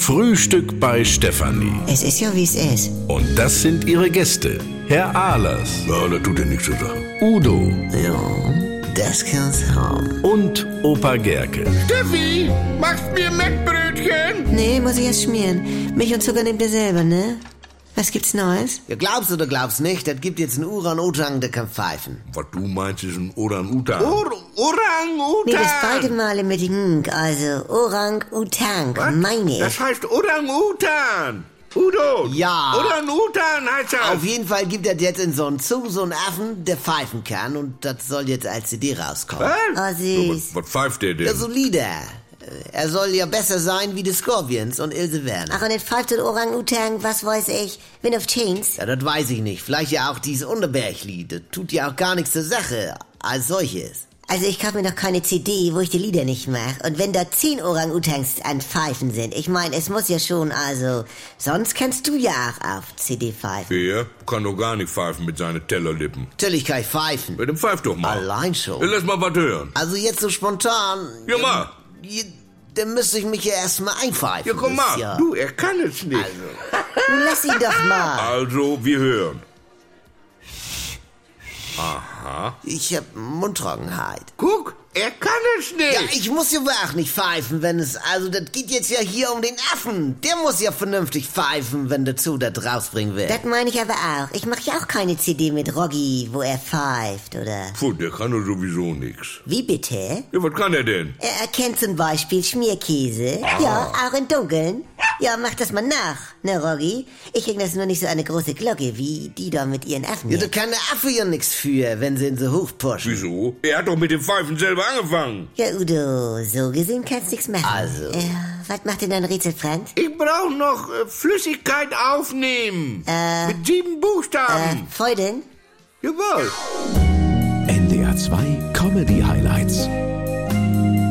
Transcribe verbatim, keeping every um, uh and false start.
Frühstück bei Stefanie. Es ist ja, wie es ist. Und das sind ihre Gäste. Herr Ahlers. Ja, das tut ja nichts zu sagen. Udo. Ja, das kann's haben. Und Opa Gerke. Steffi, machst mir Mettbrötchen? Nee, muss ich erst schmieren. Milch und Zucker nehmt ihr selber, ne? Was gibt's Neues? Ja, glaubst du oder glaubst nicht, das gibt jetzt einen Orang-Utang, der kann pfeifen. Was du meinst, ist ein Orang-Utan. Or Orang-Utan. Nee, das beide Male mit Ng, also Orang-Utang, meine ich. Das heißt Orang-Utan. Udo. Ja. Orang-Utan heißt das. Auf jeden Fall gibt das jetzt in so einen Zoo so einen Affen, der pfeifen kann, und das soll jetzt als C D rauskommen. Was? Oh, süß. Was pfeift der denn? Ja, so Lieder. Er soll ja besser sein wie die Scorpions und Ilse Werner. Ach, und jetzt pfeift der Orang-Utang, was weiß ich, Wind of Chains? Ja, das weiß ich nicht. Vielleicht ja auch dieses Unterberg-Lied. Das tut ja auch gar nichts zur Sache als solches. Also ich kaufe mir noch keine C D, wo ich die Lieder nicht mache. Und wenn da zehn Orang-Utangs an Pfeifen sind, ich meine, es muss ja schon, also, sonst kannst du ja auch auf C D pfeifen. Der kann doch gar nicht pfeifen mit seinen Tellerlippen. Natürlich kann ich pfeifen. Ja, dann pfeif doch mal. Allein Ja, schon. lass mal was hören. Also jetzt so spontan. Ja, mal. Ja, dann müsste ich mich ja erstmal einpfeifen. Ja, komm Das mal. ist ja- Du, er kann es nicht. Nun lass ihn doch mal. Also, wir hören. Aha. Ich hab Mundtrockenheit. Guck, er kann es nicht. Ja, ich muss ja auch nicht pfeifen, wenn es... Also, das geht jetzt ja hier um den Affen. Der muss ja vernünftig pfeifen, wenn der Zoo das rausbringen will. Das meine ich aber auch. Ich mache ja auch keine C D mit Roggi, wo er pfeift, oder? Puh, der kann doch sowieso nix. Wie bitte? Ja, was kann er denn? Er erkennt zum Beispiel Schmierkäse. Ja, auch im Dunkeln. Ja, mach das mal nach, ne, Roggi? Ich krieg das nur nicht so eine große Glocke, wie die da mit ihren Affen. Ja, da jetzt. kann der Affe ja nichts für, wenn sie ihn so hoch pushen. Wieso? Er hat doch mit dem Pfeifen selber angefangen. Ja, Udo, so gesehen kannst nichts machen. Also. Ja, was macht denn dein Rätsel, Franz? Ich brauche noch äh, Flüssigkeit aufnehmen. Äh. Mit sieben Äh, Buchstaben. Freuden? Jawohl. N D R zwei Comedy Highlights.